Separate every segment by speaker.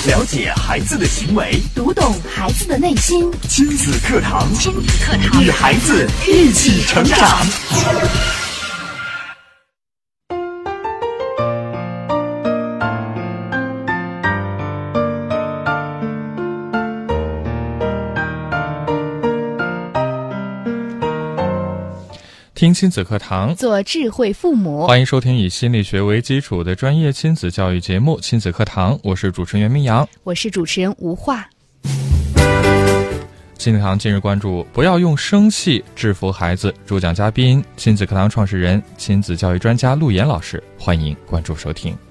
Speaker 1: 了解孩子的行为，
Speaker 2: 读懂孩子的内心。
Speaker 1: 亲子课堂，与孩子一起成长。
Speaker 3: 听亲子课堂，
Speaker 2: 做智慧父母。
Speaker 3: 欢迎收听以心理学为基础的专业亲子教育节目《亲子课堂》，我是主持人袁明阳，
Speaker 2: 我是主持人吴化。
Speaker 3: 亲子课堂今日关注：不要用生气制服孩子。主讲嘉宾：亲子课堂创始人、亲子教育专家陆岩老师。欢迎关注收听。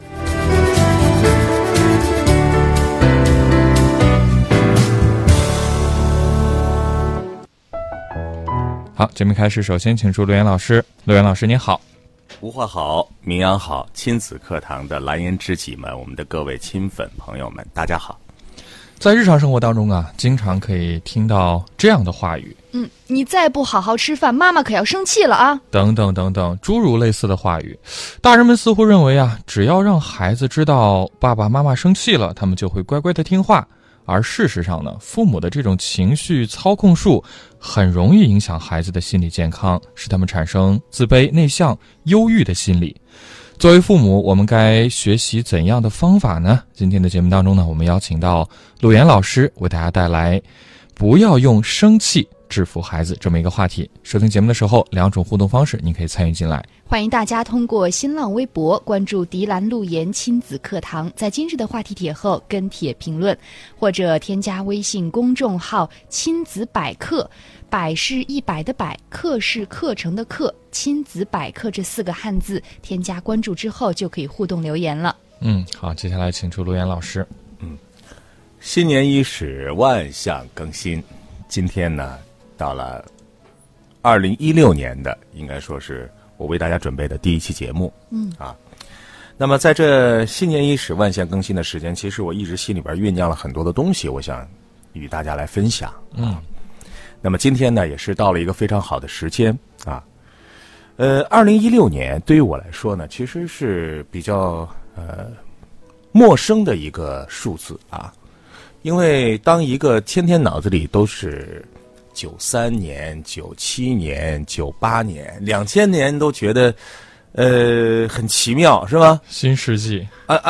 Speaker 3: 好，节目开始，首先请出陆岩老师。陆岩老师您好。
Speaker 4: 吴化好，明阳好，亲子课堂的蓝颜知己们，我们的各位亲粉朋友们，大家好。
Speaker 3: 在日常生活当中啊，经常可以听到这样的话语，
Speaker 2: 你再不好好吃饭，妈妈可要生气了啊！
Speaker 3: 等等等等，诸如类似的话语。大人们似乎认为啊，只要让孩子知道爸爸妈妈生气了，他们就会乖乖的听话。而事实上呢，父母的这种情绪操控术很容易影响孩子的心理健康，使他们产生自卑、内向、忧郁的心理。作为父母，我们该学习怎样的方法呢？今天的节目当中呢，我们邀请到陆岩老师为大家带来不要用生气制服孩子这么一个话题。收听节目的时候，两种互动方式您可以参与进来。
Speaker 2: 欢迎大家通过新浪微博关注迪兰路言亲子课堂，在今日的话题帖后跟帖评论，或者添加微信公众号亲子百科，百是100的百，课是课程的课，亲子百科这4个汉字添加关注之后就可以互动留言了。
Speaker 3: 好，接下来请出陆岩老师。
Speaker 4: 新年伊始，万象更新。今天呢，到了2016年的，应该说是我为大家准备的第一期节目。那么在这新年伊始，万象更新的时间，其实我一直心里边酝酿了很多的东西，我想与大家来分享。那么今天呢，也是到了一个非常好的时间啊。2016年对于我来说呢，其实是比较陌生的一个数字啊。因为当一个天天脑子里都是93年、97年、98年、2000年都觉得很奇妙，是吧？
Speaker 3: 新世纪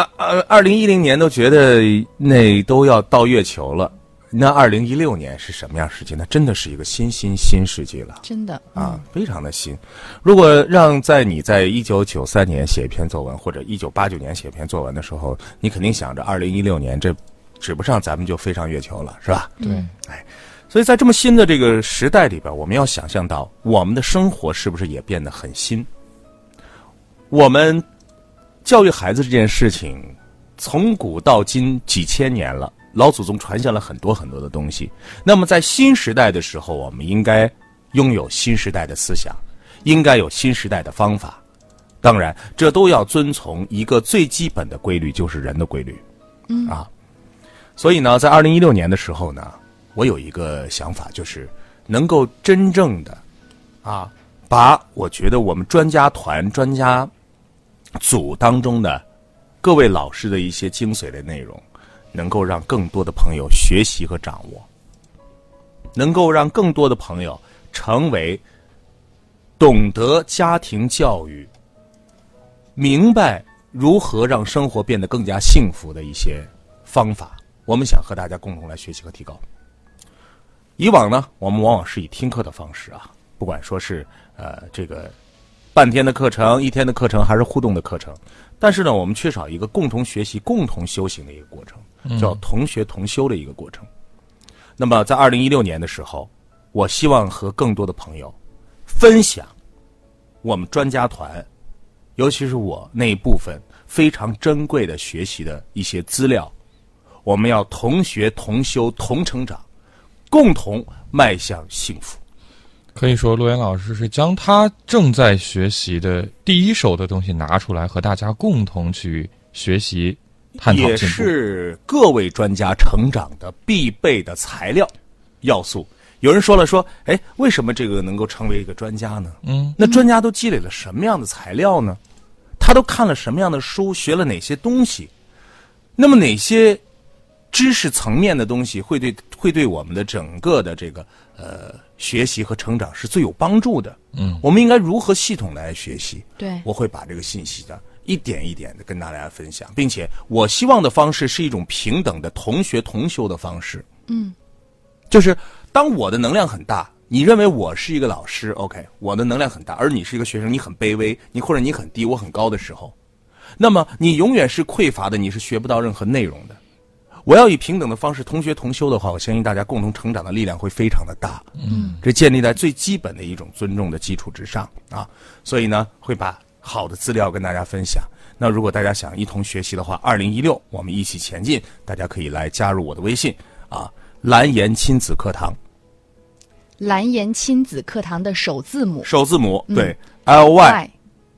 Speaker 4: 2010年都觉得那都要到月球了。那2016年是什么样世界？那真的是一个新世纪了，
Speaker 2: 真的
Speaker 4: 啊，非常的新。如果让你在1993年写一篇作文，或者1989年写一篇作文的时候，你肯定想着2016年这指不上咱们就飞上月球了，是吧？
Speaker 3: 对，
Speaker 4: 所以在这么新的这个时代里边，我们要想象到我们的生活是不是也变得很新？我们教育孩子这件事情，从古到今几千年了，老祖宗传下了很多很多的东西。那么在新时代的时候，我们应该拥有新时代的思想，应该有新时代的方法。当然，这都要遵从一个最基本的规律，就是人的规律。所以呢，在2016年的时候呢，我有一个想法，就是能够真正的把我觉得我们专家团、专家组当中的各位老师的一些精髓的内容，能够让更多的朋友学习和掌握，能够让更多的朋友成为懂得家庭教育、明白如何让生活变得更加幸福的一些方法。我们想和大家共同来学习和提高。以往呢，我们往往是以听课的方式啊，不管说是这个半天的课程、1天的课程，还是互动的课程，但是呢，我们缺少一个共同学习、共同修行的一个过程，叫同学同修的一个过程。那么在2016年的时候，我希望和更多的朋友分享我们专家团，尤其是我那一部分非常珍贵的学习的一些资料。我们要同学同修同成长，共同迈向幸福。
Speaker 3: 可以说陆岩老师是将他正在学习的第一手的东西拿出来，和大家共同去学习探讨进步，
Speaker 4: 也是各位专家成长的必备的材料要素。有人说了为什么这个能够成为一个专家呢？那专家都积累了什么样的材料呢？他都看了什么样的书，学了哪些东西？那么哪些知识层面的东西会对我们的整个的这个学习和成长是最有帮助的。我们应该如何系统来学习？
Speaker 2: 对，
Speaker 4: 我会把这个信息的一点一点的跟大家分享，并且我希望的方式是一种平等的同学同修的方式。就是当我的能量很大，你认为我是一个老师 ，OK， 我的能量很大，而你是一个学生，你很卑微，或者你很低，我很高的时候，那么你永远是匮乏的，你是学不到任何内容的。我要以平等的方式同学同修的话，我相信大家共同成长的力量会非常的大。这建立在最基本的一种尊重的基础之上啊。所以呢，会把好的资料跟大家分享。那如果大家想一同学习的话，2016我们一起前进，大家可以来加入我的微信啊，蓝颜亲子课堂。
Speaker 2: 蓝颜亲子课堂的首字母
Speaker 4: 对 LY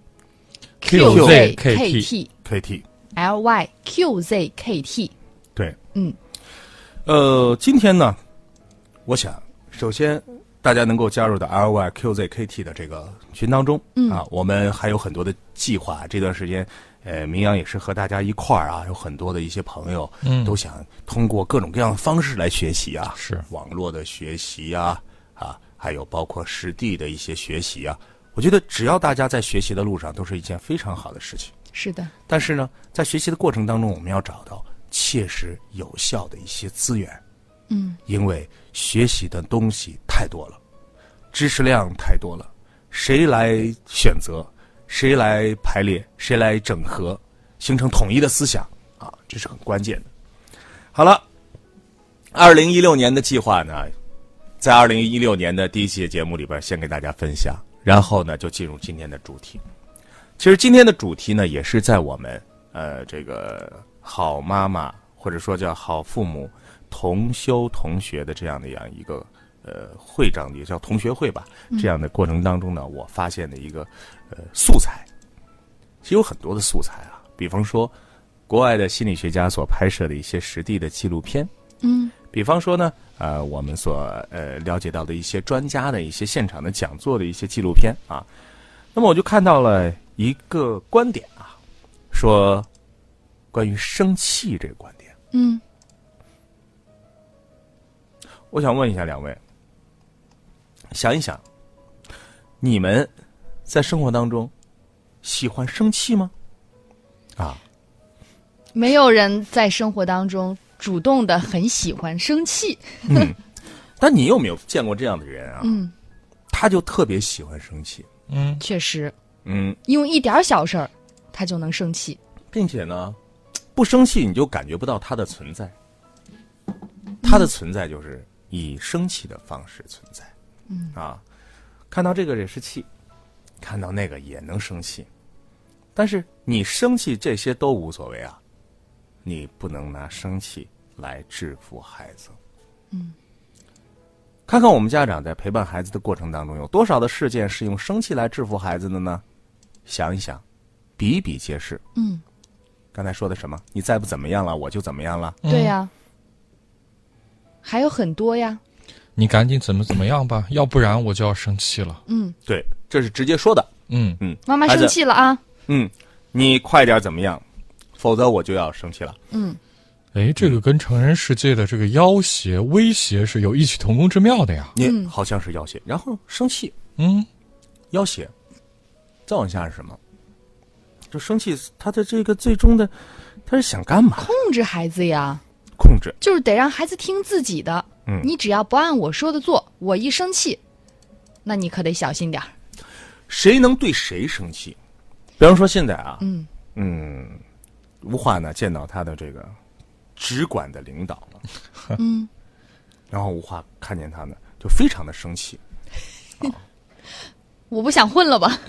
Speaker 2: QZKT LY QZKT。
Speaker 4: 对，今天呢，我想首先大家能够加入到 LY QZKT 的这个群当中啊，我们还有很多的计划。这段时间，明阳也是和大家一块儿啊，有很多的一些朋友，都想通过各种各样的方式来学习啊，
Speaker 3: 是
Speaker 4: 网络的学习啊，还有包括实地的一些学习啊。我觉得只要大家在学习的路上，都是一件非常好的事情。
Speaker 2: 是的，
Speaker 4: 但是呢，在学习的过程当中，我们要找到切实有效的一些资源。因为学习的东西太多了，知识量太多了，谁来选择，谁来排列，谁来整合，形成统一的思想啊，这是很关键的。好了，2016年的计划呢，在2016年的第一期节目里边先给大家分享，然后呢就进入今天的主题。其实今天的主题呢，也是在我们这个好妈妈或者说叫好父母同修同学的这样一个会章，也叫同学会吧，这样的过程当中呢，我发现的一个素材。其实有很多的素材啊，比方说国外的心理学家所拍摄的一些实地的纪录片，比方说呢我们所了解到的一些专家的一些现场的讲座的一些纪录片啊。那么我就看到了一个观点啊，说关于生气这个观点。我想问一下两位，想一想，你们在生活当中喜欢生气吗？
Speaker 2: 没有人在生活当中主动的很喜欢生气。
Speaker 4: 但你有没有见过这样的人啊？他就特别喜欢生气。
Speaker 2: 确实。因为一点小事儿他就能生气，
Speaker 4: 并且呢，不生气你就感觉不到他的存在。他的存在就是以生气的方式存在。看到这个也是气，看到那个也能生气，但是你生气这些都无所谓啊，你不能拿生气来制服孩子。看看我们家长在陪伴孩子的过程当中，有多少的事件是用生气来制服孩子的呢？想一想，比比皆是。刚才说的什么？你再不怎么样了，我就怎么样了。
Speaker 2: 对呀，还有很多呀。
Speaker 3: 你赶紧怎么样吧，要不然我就要生气了。
Speaker 4: 对，这是直接说的。
Speaker 2: 妈妈生气了啊。
Speaker 4: 你快点怎么样，否则我就要生气了。
Speaker 3: 这个跟成人世界的这个要挟、威胁是有异曲同工之妙的呀。
Speaker 4: 你好像是要挟，然后生气，要挟，再往下是什么？就生气，他的这个最终的，他是想干嘛？
Speaker 2: 控制孩子呀。
Speaker 4: 控制
Speaker 2: 就是得让孩子听自己的。你只要不按我说的做，我一生气，那你可得小心点儿。
Speaker 4: 谁能对谁生气？比方说现在啊，吴化呢见到他的这个直管的领导了，然后吴化看见他呢，就非常的生气。
Speaker 2: 我不想混了吧？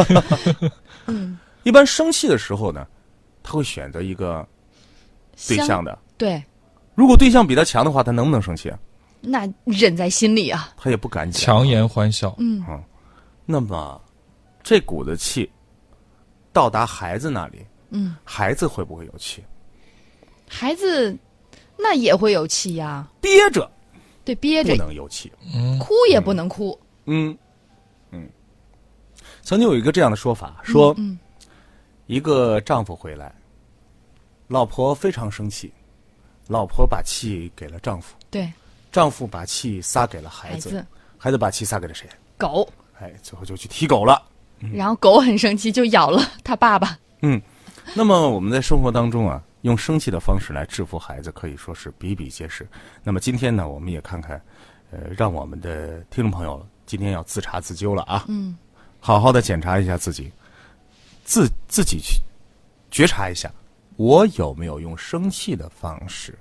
Speaker 4: 一般生气的时候呢，他会选择一个对象的。
Speaker 2: 对。
Speaker 4: 如果对象比他强的话，他能不能生气啊？
Speaker 2: 那忍在心里啊。
Speaker 4: 他也不敢讲。
Speaker 3: 强颜欢笑。
Speaker 4: 那么这股子气到达孩子那里，孩子会不会有气？
Speaker 2: 孩子那也会有气呀。
Speaker 4: 憋着。
Speaker 2: 对，憋着
Speaker 4: 不能有气。
Speaker 2: 哭也不能哭。
Speaker 4: 曾经有一个这样的说法，说一个丈夫回来，老婆非常生气， 老婆把气给了丈夫，
Speaker 2: 对，
Speaker 4: 丈夫把气撒给了孩子，孩子把气撒给了谁？
Speaker 2: 狗。
Speaker 4: 哎，最后就去踢狗了。
Speaker 2: 然后狗很生气，就咬了他爸爸。
Speaker 4: 那么我们在生活当中啊，用生气的方式来制服孩子，可以说是比比皆是。那么今天呢，我们也看看，让我们的听众朋友今天要自查自纠了啊。好好的检查一下自己，自己去觉察一下，我有没有用生气的方式，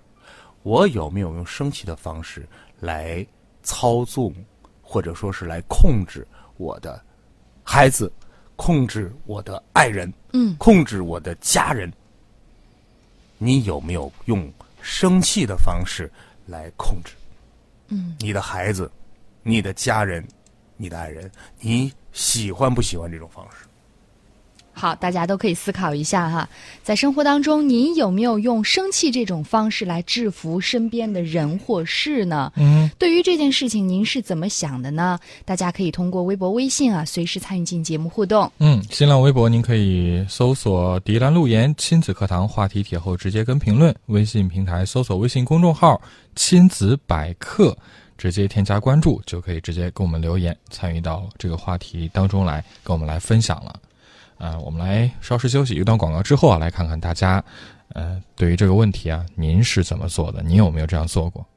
Speaker 4: 来操纵，或者说是来控制我的孩子，控制我的爱人，控制我的家人。你有没有用生气的方式来控制你的孩子，你的家人，你的爱人？你喜欢不喜欢这种方式？
Speaker 2: 好，大家都可以思考一下哈，在生活当中，你有没有用生气这种方式来制服身边的人或事呢？对于这件事情，您是怎么想的呢？大家可以通过微博、微信啊，随时参与进节目互动。
Speaker 3: 新浪微博您可以搜索“迪兰路言亲子课堂”话题帖后直接跟评论，微信平台搜索微信公众号“亲子百科”，直接添加关注就可以直接跟我们留言，参与到这个话题当中来，跟我们来分享了。我们来稍事休息一段广告之后啊，来看看大家，对于这个问题啊，您是怎么做的？您有没有这样做过？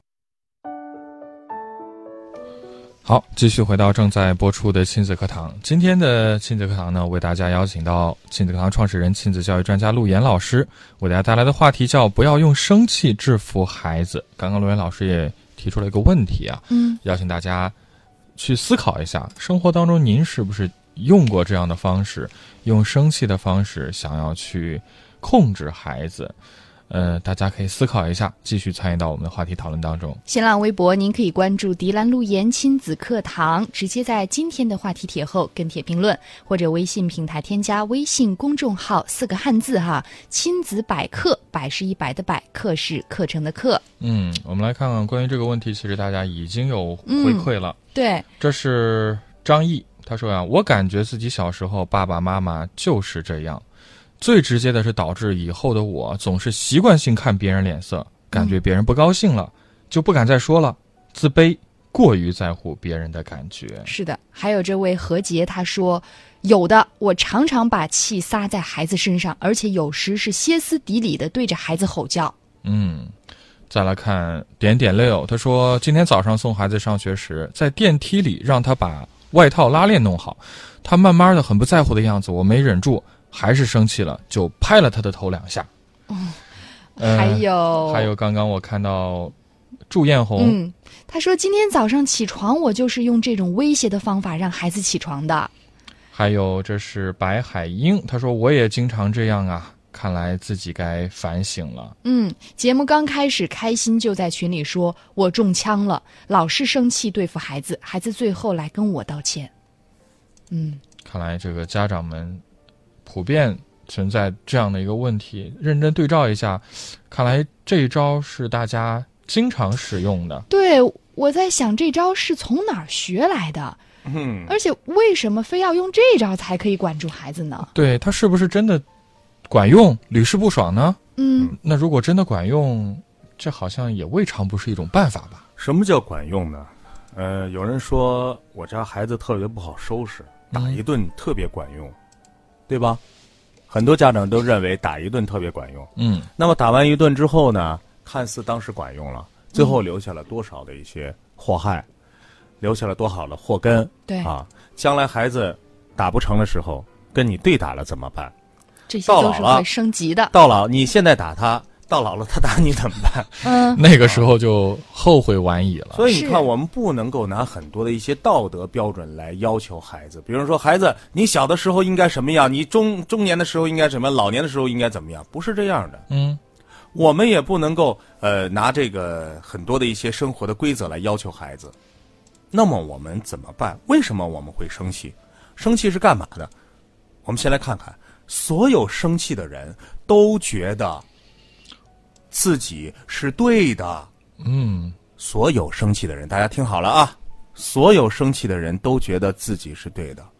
Speaker 3: 好，继续回到正在播出的亲子课堂。今天的亲子课堂呢，为大家邀请到亲子课堂创始人、亲子教育专家陆岩老师，为大家带来的话题叫"不要用生气制服孩子"。刚刚陆岩老师也提出了一个问题啊，邀请大家去思考一下，生活当中您是不是用过这样的方式，用生气的方式想要去控制孩子？大家可以思考一下，继续参与到我们的话题讨论当中。
Speaker 2: 新浪微博您可以关注迪兰路言亲子课堂，直接在今天的话题帖后跟帖评论，或者微信平台添加微信公众号4个汉字哈，亲子百课，百是100的百，课是课程的课。
Speaker 3: 我们来看看关于这个问题，其实大家已经有回馈了。
Speaker 2: 对，
Speaker 3: 这是张毅，他说呀，我感觉自己小时候爸爸妈妈就是这样，最直接的是导致以后的我总是习惯性看别人脸色，感觉别人不高兴了，就不敢再说了，自卑，过于在乎别人的感觉。
Speaker 2: 是的，还有这位何洁，他说有的，我常常把气撒在孩子身上，而且有时是歇斯底里的对着孩子吼叫。
Speaker 3: 再来看6，他说今天早上送孩子上学时，在电梯里让他把外套拉链弄好，他慢慢的很不在乎的样子，我没忍住，还是生气了，就拍了他的头2下。
Speaker 2: 还有
Speaker 3: 刚刚我看到祝艳红，
Speaker 2: 他说今天早上起床，我就是用这种威胁的方法让孩子起床的。
Speaker 3: 还有这是白海英，他说我也经常这样啊，看来自己该反省了。
Speaker 2: 节目刚开始，开心就在群里说我中枪了，老是生气对付孩子，孩子最后来跟我道歉。
Speaker 3: 看来这个家长们普遍存在这样的一个问题，认真对照一下，看来这一招是大家经常使用的。
Speaker 2: 对，我在想这招是从哪儿学来的？而且为什么非要用这招才可以管住孩子呢？对，
Speaker 3: 他是不是真的管用，屡试不爽呢？那如果真的管用，这好像也未尝不是一种办法吧？
Speaker 4: 什么叫管用呢？有人说我家孩子特别不好收拾，打一顿特别管用，对吧？很多家长都认为打一顿特别管用。那么打完一顿之后呢，看似当时管用了，最后留下了多少的一些祸害，留下了多少的祸根。
Speaker 2: 对啊，
Speaker 4: 将来孩子打不成的时候，跟你对打了怎么办？
Speaker 2: 这些都是会升级的。
Speaker 4: 到老，你现在打他，到老了他打你怎么办？
Speaker 3: 那个时候就后悔晚矣了。
Speaker 4: 所以你看，我们不能够拿很多的一些道德标准来要求孩子，比如说孩子，你小的时候应该什么样，你中年的时候应该什么样，老年的时候应该怎么样，不是这样的。我们也不能够拿这个很多的一些生活的规则来要求孩子。那么我们怎么办？为什么我们会生气？生气是干嘛的？我们先来看看，所有生气的人都觉得自己是对的。所有生气的人，大家听好了啊！所有生气的人都觉得自己是对的。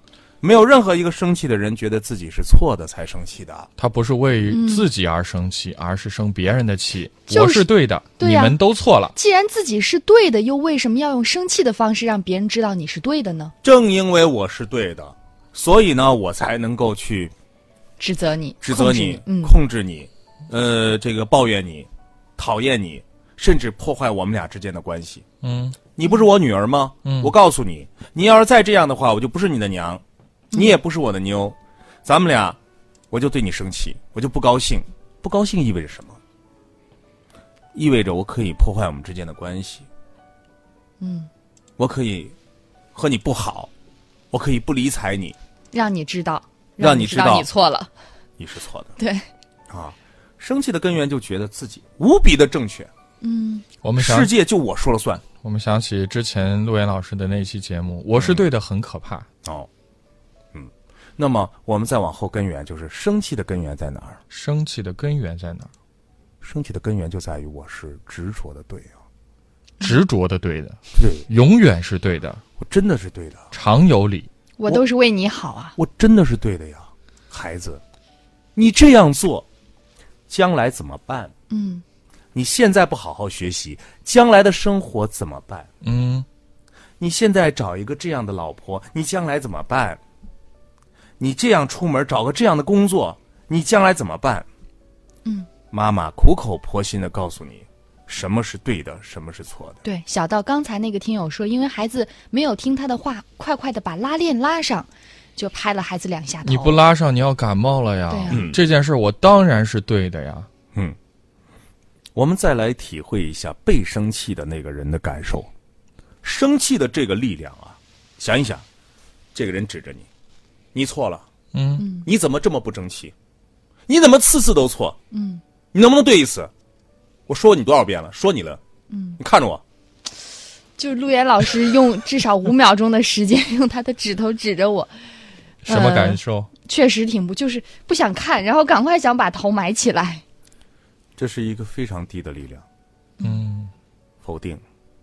Speaker 4: 没有任何一个生气的人觉得自己是错的才生气的。
Speaker 3: 他不是为自己而生气，而是生别人的气。
Speaker 2: 就是
Speaker 3: 我是对的，
Speaker 2: 对呀
Speaker 3: 你们都错了。
Speaker 2: 既然自己是对的，又为什么要用生气的方式让别人知道你是对的呢？
Speaker 4: 正因为我是对的，所以呢，我才能够去
Speaker 2: 指责你，
Speaker 4: 控制你，这个抱怨你，讨厌你，甚至破坏我们俩之间的关系。你不是我女儿吗？我告诉你，你要是再这样的话，我就不是你的娘，你也不是我的妞，咱们俩，我就对你生气，我就不高兴。不高兴意味着什么？意味着我可以破坏我们之间的关系。我可以和你不好，我可以不理睬你，
Speaker 2: 让你知道，
Speaker 4: 让你知道
Speaker 2: 你错了，
Speaker 4: 你是错的。
Speaker 2: 对，
Speaker 4: 啊，生气的根源就觉得自己无比的正确。世界就我说了算。
Speaker 3: 我们想起之前陆岩老师的那期节目，我是对的很可怕。
Speaker 4: 那么我们再往后根源，就是生气的根源在哪儿？
Speaker 3: 生气的根源在哪儿？
Speaker 4: 生气的根源就在于我是执着的对啊，
Speaker 3: 执着的对的，
Speaker 4: 对，
Speaker 3: 永远是对的，
Speaker 4: 我真的是对的，
Speaker 3: 常有理。
Speaker 2: 我都是为你好啊，
Speaker 4: 我真的是对的呀，孩子，你这样做，将来怎么办？你现在不好好学习，将来的生活怎么办？你现在找一个这样的老婆，你将来怎么办？你这样出门找个这样的工作，你将来怎么办？妈妈苦口婆心的告诉你，什么是对的，什么是错的。
Speaker 2: 对，小到刚才那个听友说，因为孩子没有听他的话，快快的把拉链拉上，就拍了孩子2下头。
Speaker 3: 你不拉上，你要感冒了呀。
Speaker 2: 对啊
Speaker 3: 这件事我当然是对的呀。
Speaker 4: 我们再来体会一下被生气的那个人的感受。生气的这个力量啊，想一想，这个人指着你，你错了，你怎么这么不争气？你怎么次次都错？你能不能对一次？我说你多少遍了？说你了，你看着我。
Speaker 2: 就是陆岩老师用至少5秒钟的时间，用他的指头指着我，
Speaker 3: 什么感受？
Speaker 2: 确实就是不想看，然后赶快想把头埋起来。
Speaker 4: 这是一个非常低的力量，否定，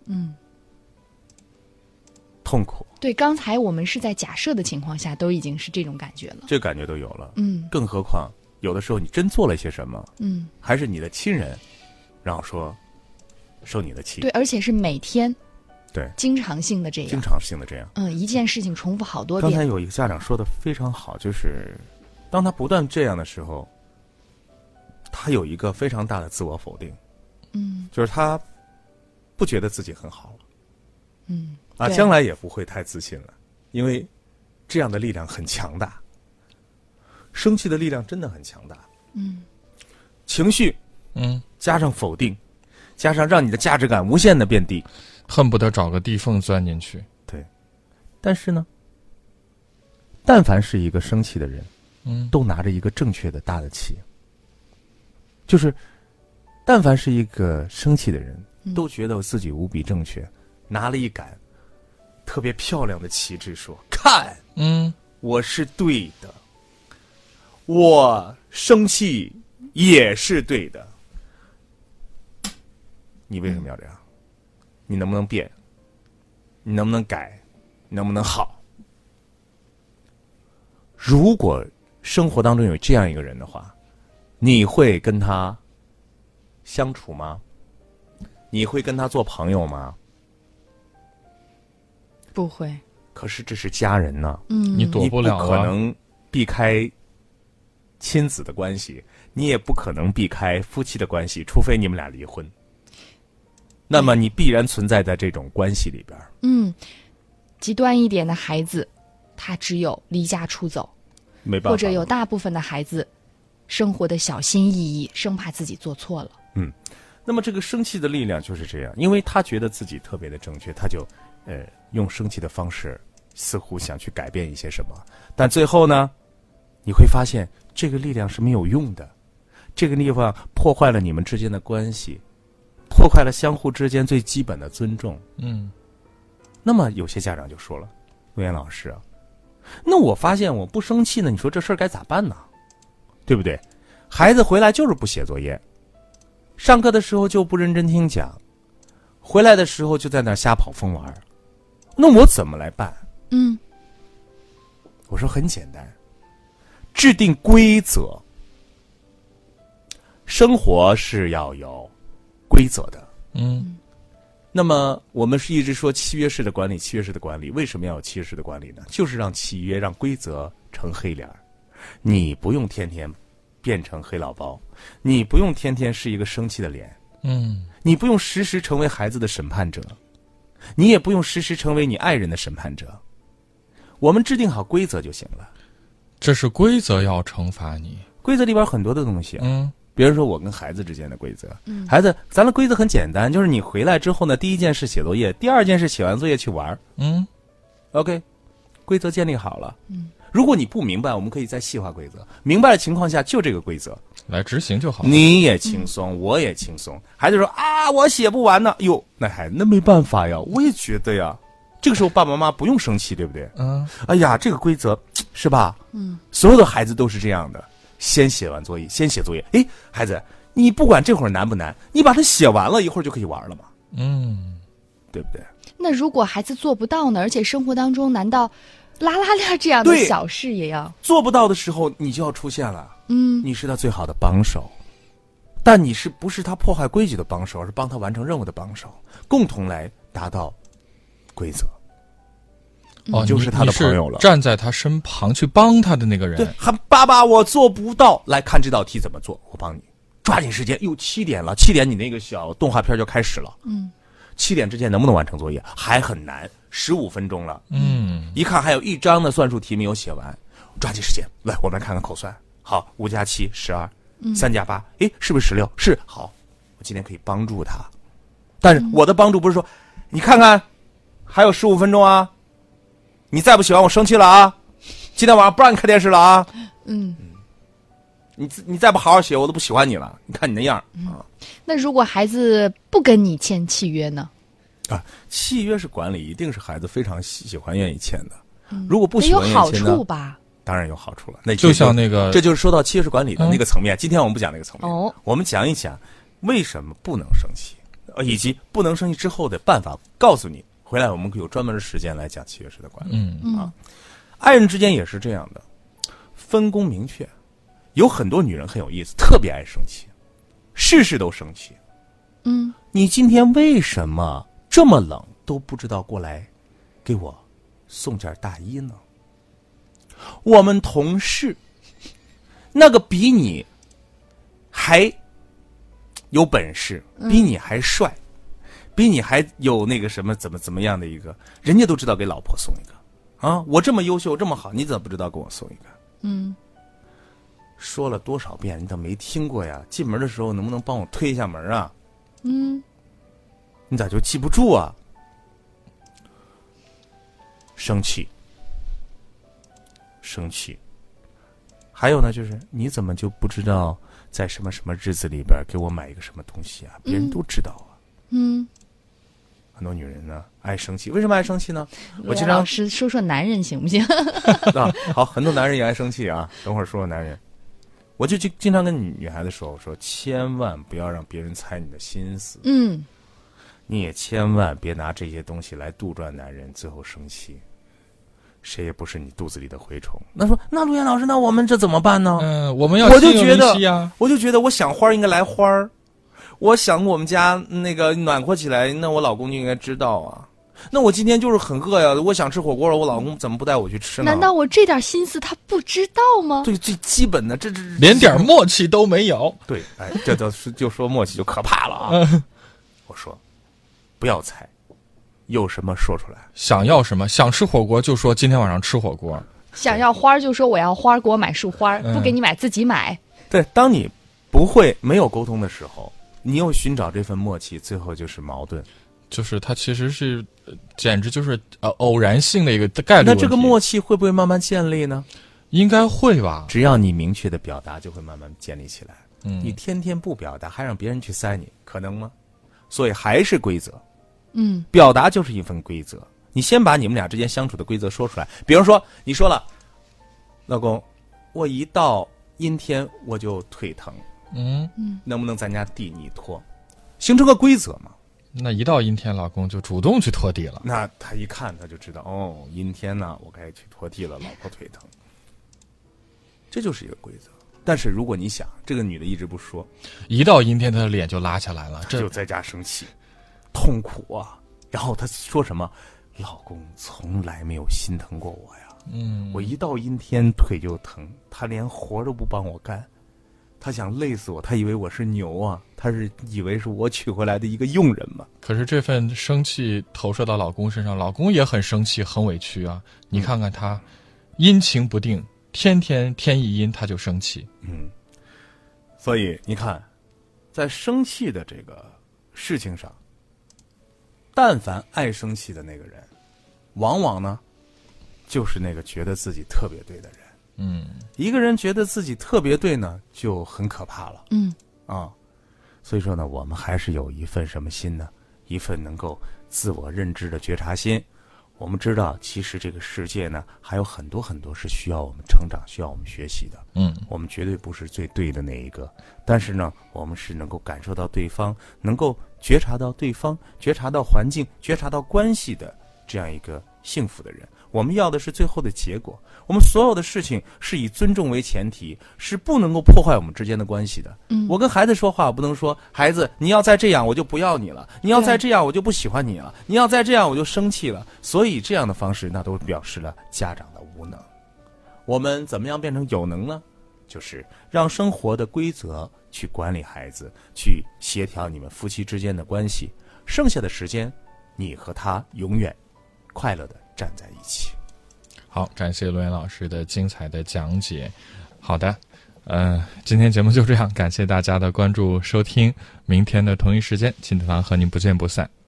Speaker 4: 痛苦。
Speaker 2: 对，刚才我们是在假设的情况下，都已经是这种感觉了，
Speaker 4: 这感觉都有了。更何况有的时候你真做了些什么，还是你的亲人，然后说受你的气。
Speaker 2: 对，而且是每天，
Speaker 4: 对，
Speaker 2: 经常性的这样，
Speaker 4: 经常性的这样。
Speaker 2: 一件事情重复好多遍。
Speaker 4: 刚才有一个家长说的非常好，就是当他不断这样的时候，他有一个非常大的自我否定，就是他不觉得自己很好了，将来也不会太自信了，因为这样的力量很强大，生气的力量真的很强大，情绪，加上否定，加上让你的价值感无限的变低，
Speaker 3: 恨不得找个地缝钻进去。
Speaker 4: 对，但是呢，但凡是一个生气的人，都拿着一个正确的大的气。就是但凡是一个生气的人，都觉得自己无比正确，拿了一杆特别漂亮的旗帜说，看，我是对的，我生气也是对的。你为什么要这样？你能不能变？你能不能改？你能不能好？如果生活当中有这样一个人的话，你会跟他相处吗？你会跟他做朋友吗？
Speaker 2: 不会。
Speaker 4: 可是这是家人呢，
Speaker 3: 你躲不了
Speaker 4: 你不可能避开亲子的关系，你也不可能避开夫妻的关系，除非你们俩离婚。那么你必然存在在这种关系里边。
Speaker 2: 极端一点的孩子，他只有离家出走，
Speaker 4: 没办法，
Speaker 2: 或者有大部分的孩子生活的小心翼翼，生怕自己做错了。
Speaker 4: 那么这个生气的力量就是这样，因为他觉得自己特别的正确，他就用生气的方式似乎想去改变一些什么，但最后呢，你会发现这个力量是没有用的，这个地方破坏了你们之间的关系，破坏了相互之间最基本的尊重。那么有些家长就说了，陆岩老师啊，那我发现我不生气呢，你说这事儿该咋办呢？对不对？孩子回来就是不写作业，上课的时候就不认真听讲，回来的时候就在那儿瞎跑疯玩，那我怎么来办？ 我说很简单，制定规则。生活是要有规则的。那么我们是一直说契约式的管理，契约式的管理，为什么要有契约式的管理呢？就是让契约、让规则成黑脸儿，你不用天天变成黑老包，你不用天天是一个生气的脸，你不用时时成为孩子的审判者，你也不用时时成为你爱人的审判者。我们制定好规则就行了。
Speaker 3: 这是规则要惩罚你，
Speaker 4: 规则里边很多的东西比如说我跟孩子之间的规则，孩子，咱的规则很简单，就是你回来之后呢，第一件事写作业，第二件事写完作业去玩。OK， 规则建立好了。如果你不明白，我们可以再细化规则。明白的情况下，就这个规则
Speaker 3: 来执行就好了。
Speaker 4: 你也轻松，我也轻松。孩子说啊，我写不完呢。哟，那孩子那没办法呀，我也觉得呀。这个时候爸爸妈妈不用生气，对不对？哎呀，这个规则是吧？所有的孩子都是这样的。先写完作业，先写作业。哎，孩子，你不管这会儿难不难，你把它写完了，一会儿就可以玩了嘛。对不对？
Speaker 2: 那如果孩子做不到呢？而且生活当中，难道拉拉链这样的小事也要
Speaker 4: 做不到的时候，你就要出现了。你是他最好的帮手，但你不是他破坏规矩的帮手，而是帮他完成任务的帮手，共同来达到规则。就是他的朋友了，
Speaker 3: 站在他身旁去帮他的那个人。
Speaker 4: 对，喊爸爸，我做不到，来看这道题怎么做，我帮你。抓紧时间，哟，7点了，7点你那个小动画片就开始了。7点之前能不能完成作业还很难，15分钟了。一看还有1章的算术题没有写完，抓紧时间，来，我们来看看口算。好，5加7 12，3加8，哎，是不是16？是，好，我今天可以帮助他。但是我的帮助不是说，你看看，还有15分钟啊。你再不喜欢我生气了啊！今天晚上不让你看电视了啊！你再不好好写，我都不喜欢你了。你看你那样啊！
Speaker 2: 那如果孩子不跟你签契约呢？
Speaker 4: 契约是管理，一定是孩子非常喜欢、愿意签的。如果不喜欢、
Speaker 2: 有好处吧？
Speaker 4: 当然有好处了。那
Speaker 3: 就像那个，
Speaker 4: 这就是说到契约式管理的那个层面。今天我们不讲那个层面，我们讲一讲为什么不能生气，以及不能生气之后的办法。告诉你。回来我们有专门的时间来讲契约式的管理。爱人之间也是这样的，分工明确。有很多女人很有意思，特别爱生气，事事都生气。你今天为什么这么冷都不知道过来给我送件大衣呢？我们同事那个比你还有本事，比你还帅，比你还有那个什么怎么样的一个，人家都知道给老婆送一个啊！我这么优秀这么好，你怎么不知道给我送一个？说了多少遍你怎么没听过呀？进门的时候能不能帮我推一下门啊？你咋就记不住啊？生气，还有呢，就是你怎么就不知道在什么什么日子里边给我买一个什么东西啊？别人都知道啊。很多女人呢爱生气，为什么爱生气呢？我经常
Speaker 2: 老师说说男人行不行？
Speaker 4: 好，很多男人也爱生气啊。等会儿说说男人，我就经常跟女孩子说，我说千万不要让别人猜你的心思。你也千万别拿这些东西来杜撰男人，最后生气。谁也不是你肚子里的蛔虫。那说，那陆岩老师，那我们这怎么办呢？
Speaker 3: 我们要
Speaker 4: 我就觉得，我想花应该来花儿。我想我们家那个暖和起来，那我老公就应该知道啊。那我今天就是很饿呀，我想吃火锅了，我老公怎么不带我去吃呢？
Speaker 2: 难道我这点心思他不知道吗？
Speaker 4: 对，最基本的，这
Speaker 3: 连点默契都没有。
Speaker 4: 对，哎，这就说默契就可怕了啊！我说，不要猜，有什么说出来。
Speaker 3: 想要什么？想吃火锅就说今天晚上吃火锅。
Speaker 2: 想要花就说我要花，给我买束花，不给你买自己买。
Speaker 4: 对，当你没有沟通的时候。你又寻找这份默契，最后就是矛盾。
Speaker 3: 就是它其实是，简直就是偶然性的一个概率问题。
Speaker 4: 那这个默契会不会慢慢建立呢？
Speaker 3: 应该会吧。
Speaker 4: 只要你明确的表达，就会慢慢建立起来。你天天不表达，还让别人去塞你，可能吗？所以还是规则。表达就是一份规则。你先把你们俩之间相处的规则说出来。比如说，你说了，老公，我一到阴天我就腿疼。能不能咱家地你拖，形成个规则嘛？
Speaker 3: 那一到阴天，老公就主动去拖地了。
Speaker 4: 那他一看他就知道，哦，阴天呢，我该去拖地了，老婆腿疼。这就是一个规则。但是如果你想，这个女的一直不说，
Speaker 3: 一到阴天，她的脸就拉下来了，
Speaker 4: 就在家生气，痛苦啊。然后她说什么？老公从来没有心疼过我呀。我一到阴天腿就疼，他连活都不帮我干，他想累死我，他以为我是牛啊，他是以为是我娶回来的一个佣人嘛。
Speaker 3: 可是这份生气投射到老公身上，老公也很生气，很委屈啊。你看看他，阴晴不定，天一阴他就生气。
Speaker 4: 所以你看，在生气的这个事情上，但凡爱生气的那个人，往往呢就是那个觉得自己特别对的人。一个人觉得自己特别对呢，就很可怕了。所以说呢，我们还是有一份什么心呢？一份能够自我认知的觉察心。我们知道，其实这个世界呢，还有很多很多是需要我们成长、需要我们学习的。我们绝对不是最对的那一个，但是呢，我们是能够感受到对方，能够觉察到对方，觉察到环境，觉察到关系的这样一个幸福的人。我们要的是最后的结果。我们所有的事情是以尊重为前提，是不能够破坏我们之间的关系的。我跟孩子说话，我不能说孩子你要再这样我就不要你了，你要再这样我就不喜欢你了，你要再这样我就生气了。所以这样的方式那都表示了家长的无能。我们怎么样变成有能呢？就是让生活的规则去管理孩子，去协调你们夫妻之间的关系，剩下的时间你和他永远快乐的站在一起。
Speaker 3: 好，感谢罗岩老师的精彩的讲解。好的，今天节目就这样，感谢大家的关注收听，明天的同一时间，亲子堂和您不见不散。